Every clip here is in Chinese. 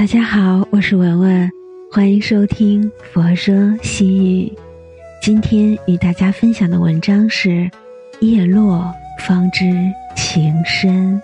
大家好，我是文文，欢迎收听佛说西语。今天与大家分享的文章是叶落方知情深。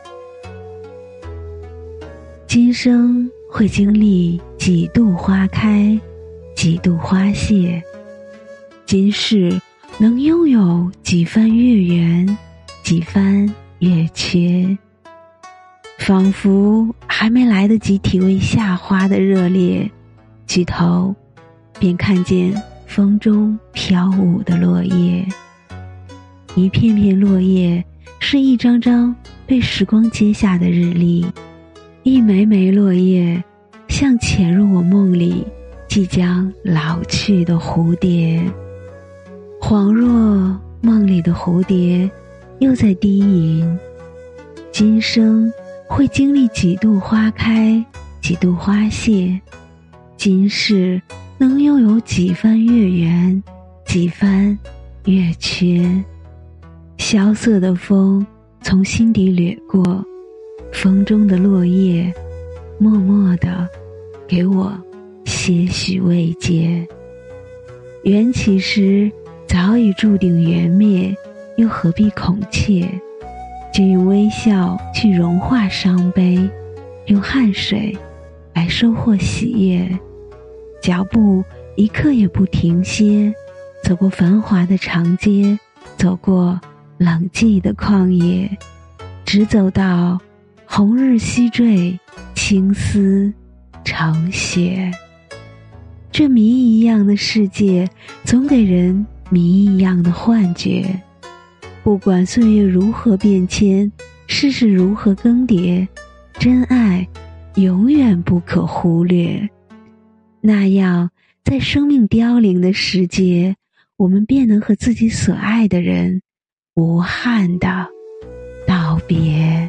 今生会经历几度花开，几度花谢，今世能拥有几番月圆，几番月缺。仿佛还没来得及体味夏花的热烈，举头便看见风中飘舞的落叶。一片片落叶是一张张被时光揭下的日历，一枚枚落叶像潜入我梦里即将老去的蝴蝶。恍若梦里的蝴蝶又在低吟，今生会经历几度花开，几度花谢，今世能拥有几番月圆，几番月缺。萧瑟的风从心底掠过，风中的落叶默默地给我些许慰藉。缘起时早已注定缘灭，又何必恐怯？就用微笑去融化伤悲，用汗水来收获喜悦。脚步一刻也不停歇，走过繁华的长街，走过冷寂的旷野，直走到红日西坠，青丝成雪。这谜一样的世界总给人谜一样的幻觉。不管岁月如何变迁，世事如何更迭，真爱永远不可忽略。那样在生命凋零的时节，我们便能和自己所爱的人无憾的道别。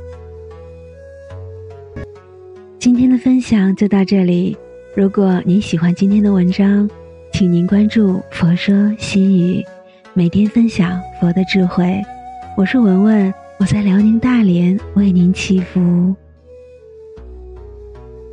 今天的分享就到这里，如果您喜欢今天的文章，请您关注佛说西语，每天分享佛的智慧。我是文文，我在辽宁大连为您祈福。